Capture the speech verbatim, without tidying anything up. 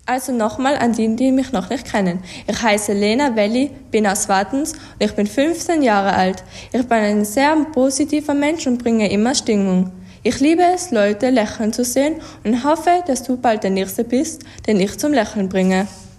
Also nochmal an die, die mich noch nicht kennen. Ich heiße Lena Welli, bin aus Wattens und ich bin fünfzehn Jahre alt. Ich bin ein sehr positiver Mensch und bringe immer Stimmung. Ich liebe es, Leute lächeln zu sehen und hoffe, dass du bald der Nächste bist, den ich zum Lächeln bringe.